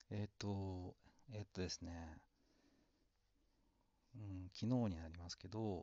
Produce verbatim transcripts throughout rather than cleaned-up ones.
えっと、えっとですね、うん、昨日になりますけど、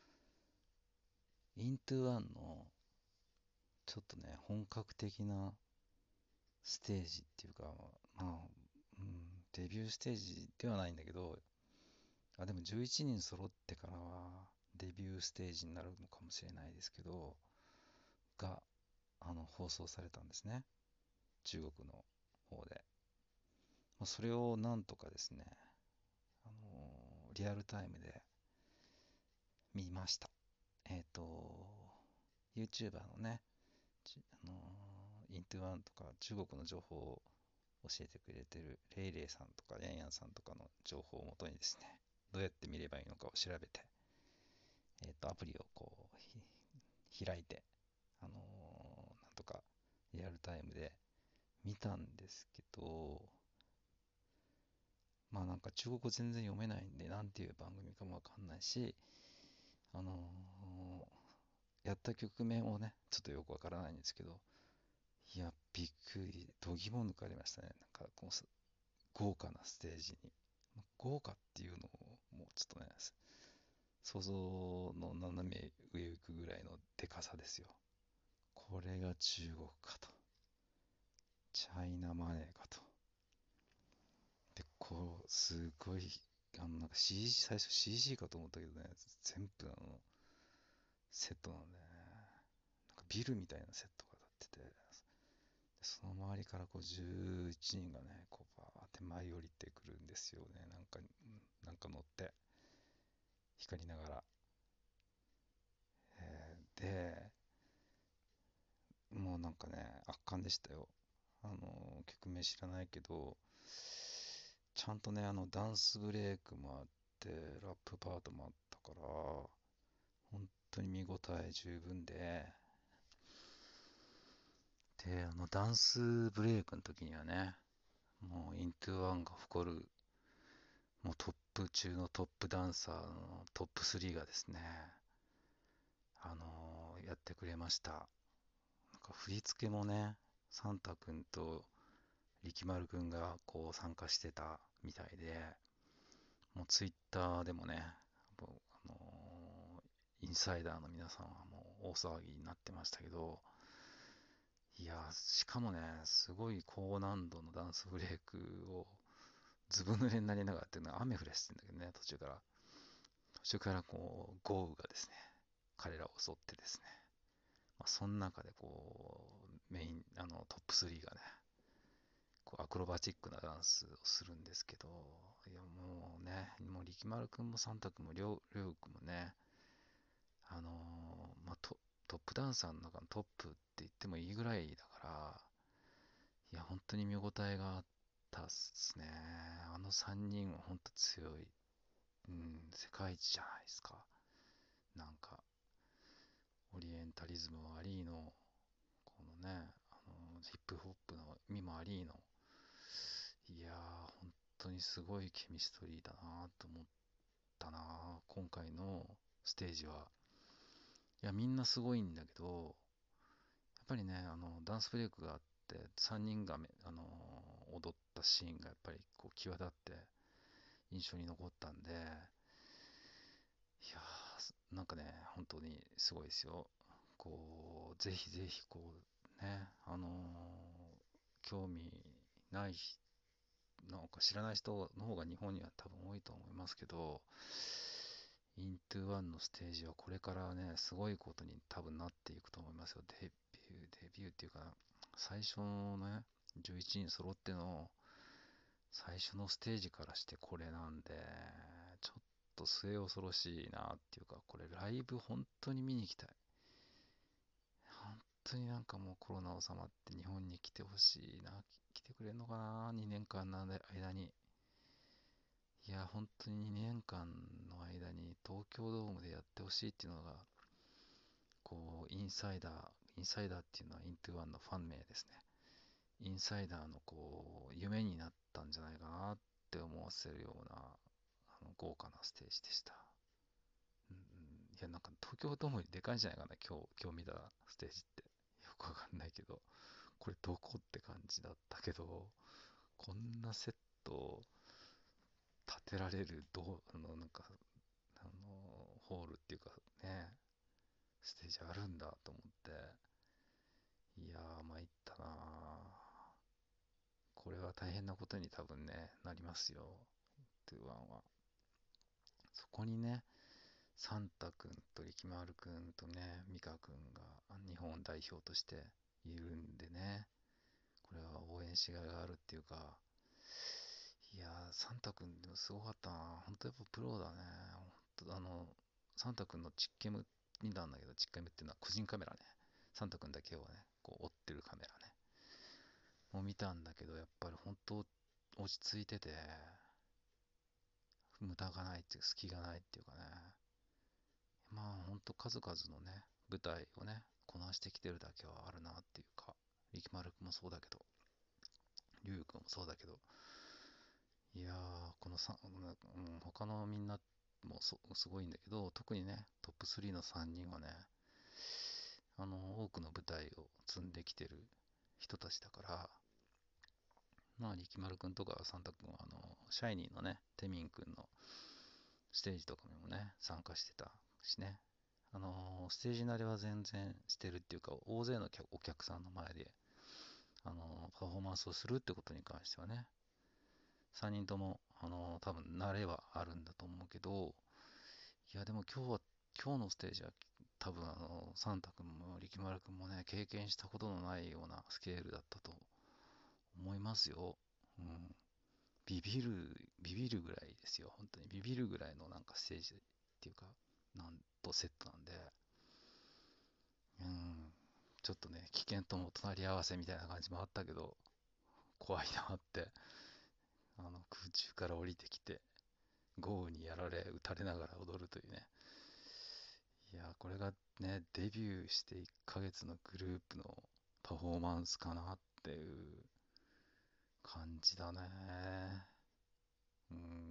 イントゥワンのちょっとね、本格的なステージっていうか、まあ、うん、デビューステージではないんだけど、あ、でもじゅういちにん揃ってからはデビューステージになるのかもしれないですけど、が、あの、放送されたんですね。中国の方で。まあ、それをなんとかですね、あのーリアルタイムで見ました。えっと、YouTuber のね、ちあのーイントゥワンとか中国の情報を教えてくれてるレイレイさんとかヤンヤンさんとかの情報をもとにですね、どうやって見ればいいのかを調べて、えっと、アプリをこう、開いて、あのーなんとかリアルタイムで見たんですけど、まあなんか中国語全然読めないんで、なんていう番組かもわかんないし、あのーやった曲名もね、ちょっとよくわからないんですけど、いや、びっくり、度肝抜かれましたね。なんか、この豪華なステージに。豪華っていうのを、もうちょっとね、想像の斜め上行くぐらいのでかさですよ。これが中国かと。チャイナマネーかと。で、こう、すごい、あの、なんか シージー、最初 シージー かと思ったけどね、全部あの、セットなんでね、なんかビルみたいなセットが立ってて、その周りからこうじゅういちにんがね、こうバーって舞い降りてくるんですよね。なんか、なんか乗って光りながら。えーで、もうなんかね、圧巻でしたよ。あの、曲名知らないけど、ちゃんとね、あの、ダンスブレイクもあって、ラップパートもあったから、本当に見応え十分で、で、あの、ダンスブレイクの時にはね、もう、イントゥワンが誇る、もうトップ中のトップダンサーのトップスリーがですね、あのーやってくれました。なんか振り付けもね、サンタくんと力丸くんがこう参加してたみたいで、もうツイッターでもね、もうあのーインサイダーの皆さんはもう大騒ぎになってましたけど、いや、しかもね、すごい高難度のダンスブレイクをずぶ濡れになりながらっていうのは雨降らしてんだけどね、途中から。途中からこう、豪雨がですね、彼らを襲ってですね、まあ、その中でこう、メイン、あの、トップスリーがね、こうアクロバチックなダンスをするんですけど、いやもうね、もう力丸くんもサンタくんもりょう、りょうくんもね、あのーまあ、ト、トップダンサーの中のトップって言ってもいいぐらいだから、いや、本当に見応えがあったっすね。あのさんにんは本当強い。うん、世界一じゃないですか。なんか、オリエンタリズムもありの、このね、あのヒップホップの意味もありの、いやー、本当にすごいケミストリーだなと思ったな、今回のステージは。いや、みんなすごいんだけど、やっぱりね、あの、ダンスブレイクがあって、さんにんがめ、あの、踊ったシーンがやっぱりこう際立って印象に残ったんで、いやー、なんかね、本当にすごいですよ。こう、ぜひぜひ、こう、ね、あのー興味ない人、なんか知らない人の方が日本には多分多いと思いますけど、イントゥワンのステージはこれからね、すごいことに多分なっていくと思いますよ。デビュー、デビューっていうか、最初のね、じゅういちにん揃っての最初のステージからしてこれなんで、ちょっと末恐ろしいなっていうか、これライブ本当に見に行きたい。本当になんかもうコロナ収まって日本に来てほしいな。来てくれんのかな？ に 年間の間に。いや、本当ににねんかんの間に東京ドームでやってほしいっていうのが、こう、インサイダー、インサイダーっていうのはイントゥワンのファン名ですね。インサイダーのこう、夢になったんじゃないかなって思わせるような、あの豪華なステージでした。うん、いや、なんか東京ドームよりでかいんじゃないかな、今日、今日見たステージって。よくわかんないけど、これどこって感じだったけど、 こんなセットを立てられる、どう、あの、なんか、あの、ホールっていうかね、ステージあるんだと思って、いやー、参ったなー。これは大変なことに多分ね、なりますよ、には。そこにね、サンタ君と力丸君とね、ミカ君が日本代表としているんでね、これは応援しがいがあるっていうか、いやー、サンタ君でもすごかったな。本当やっぱプロだね。本当あの、サンタ君のチッケム見たんだけど、チッケムっていうのは個人カメラね。サンタ君だけをね、こう追ってるカメラね。もう見たんだけど、やっぱり本当落ち着いてて、無駄がないっていうか、隙がないっていうかね。まあ本当数々のね、舞台をね、こなしてきてるだけはあるなっていうか、力丸君もそうだけど、龍君もそうだけど、いやー、このさ、うん、他のみんなもそすごいんだけど、特にね、トップスリーのさんにんはね、あの、多くの舞台を積んできてる人たちだから、まあ、力丸くんとかサンタくんは、あの、シャイニーのね、テミンくんのステージとかにもね、参加してたしね、あの、ステージ慣れは全然してるっていうか、大勢のお客さんの前で、あの、パフォーマンスをするってことに関してはね、さんにんとも、あの、多分慣れはあるんだと思うけど、いや、でも今日は、今日のステージは多分あの、サンタ君も力丸君もね、経験したことのないようなスケールだったと思いますよ。うん。ビビる、ビビるぐらいですよ。本当にビビるぐらいのなんかステージっていうか、なんとセットなんで、うん。ちょっとね、危険とも隣り合わせみたいな感じもあったけど、怖いなって、あの、空中から降りてきて、豪雨にやられ、撃たれながら踊るというね、いやー、これがね、デビューしていっかげつのグループのパフォーマンスかなっていう感じだね。うん、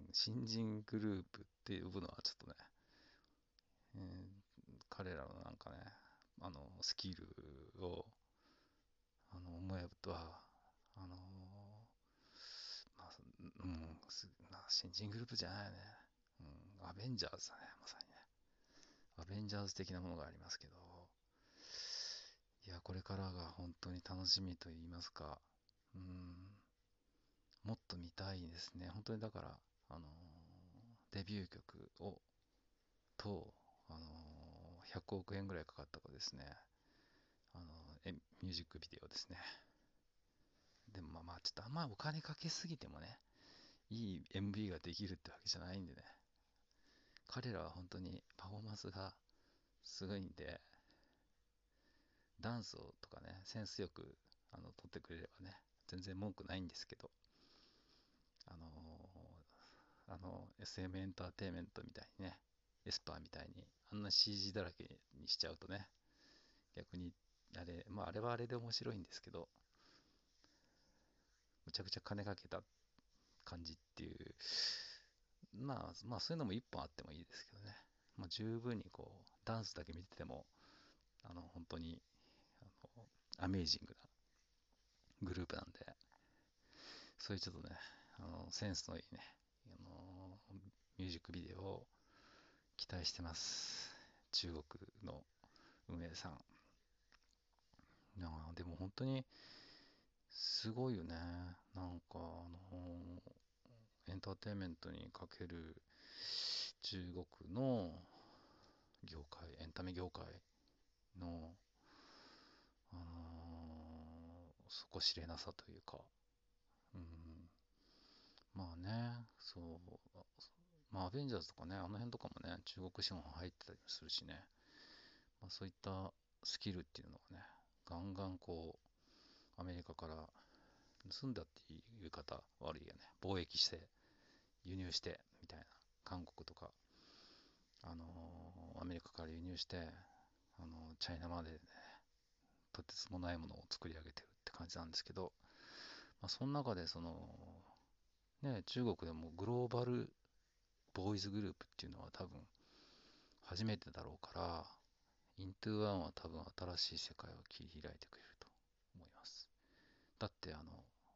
新人グループって呼ぶのはちょっとね、えー彼らのなんかね、あの、スキルを、あの、思えば、あの、まあ、うん、すまあ新人グループじゃないよね。うん、アベンジャーズだね、まさにね。アベンジャーズ的なものがありますけど、いや、これからが本当に楽しみと言いますか、うん、もっと見たいですね。本当にだから、あのーデビュー曲を、と、あのーひゃくおく円ぐらいかかったかですね、あのーえミュージックビデオですね。でもまあまあ、ちょっとあんまお金かけすぎてもね、いい エムブイ ができるってわけじゃないんでね、彼らは本当にパフォーマンスがすごいんで、ダンスをとかね、センスよくあの撮ってくれればね、全然文句ないんですけど、あのーあの エスエム エムエンターテインメントみたいにね、エスパーみたいにあんな シージー だらけにしちゃうとね、逆にあれ、まああれはあれで面白いんですけど、むちゃくちゃ金かけた感じっていう、まあまあそういうのも一本あってもいいですけどね、まあ、十分にこうダンスだけ見てても、あの本当にあのアメージングなグループなんで、そういうちょっとね、あのセンスのいいね、あのミュージックビデオを期待してます。中国の運営さん。いやでも本当にすごいよね。なんか、あのエンターテインメントにかける中国の業界、エンタメ業界の、あの底知れなさというか、うん、まあね、そう、まあ、アベンジャーズとかね、あの辺とかもね、中国資本入ってたりするしね、まあ、そういったスキルっていうのがね、ガンガンこう、アメリカから盗んだっていう言い方悪いよね。貿易して、輸入して、みたいな。韓国とか、あのーアメリカから輸入して、あのーチャイナまでね、とてつもないものを作り上げてるって感じなんですけど、まあ、その中でその、ね、中国でもグローバルボーイズグループっていうのは多分初めてだろうから、イントゥーワンは多分新しい世界を切り開いてくれると思います。だってあの、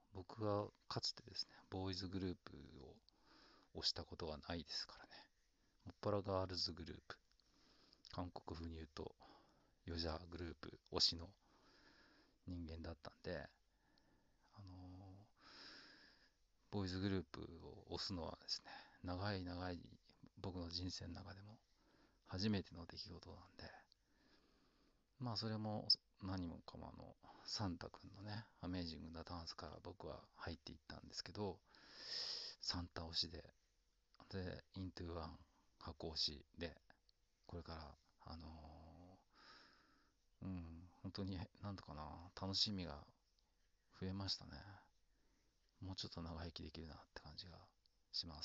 僕がかつてですね、ボーイズグループを推したことはないですからね。もっぱらガールズグループ、韓国風に言うと、ヨジャグループ推しの人間だったんで、あのーボーイズグループを推すのはですね、長い長い僕の人生の中でも初めての出来事なんで、まあそれも何もかもあの、サンタ君のね、アメージングなダンスから僕は入っていったんですけど、サンタ推しで、で、イントゥワン箱推しで、これから、あのーうん、本当に、なんとかな、楽しみが増えましたね。もうちょっと長生きできるなって感じがします。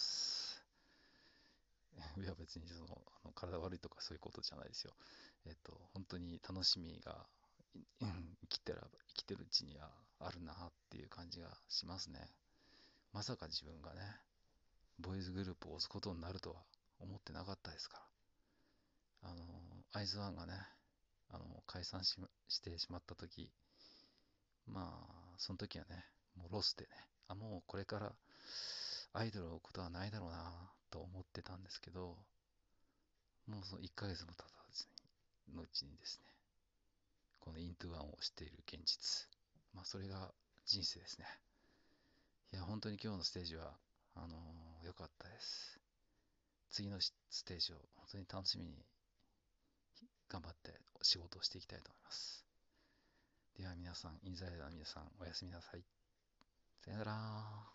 いや別にその、あの体悪いとかそういうことじゃないですよ。えっと、本当に楽しみが、いうん生きてら、生きてるうちにはあるなっていう感じがしますね。まさか自分がね、ボーイズグループを押すことになるとは思ってなかったですから。あの、アイズワンがね、あの、解散し、してしまった時、まあ、その時はね、もうロスでね、あ、もうこれからアイドルを追うことはないだろうなと思ってたんですけど、もうそのいっかげつも経たずにのうちにですね、このイントゥワンをしている現実。まあ、それが人生ですね。いや、本当に今日のステージは、あのー良かったです。次のステージを本当に楽しみに頑張って仕事をしていきたいと思います。では皆さん、インザイダーの皆さん、おやすみなさい。さよなら。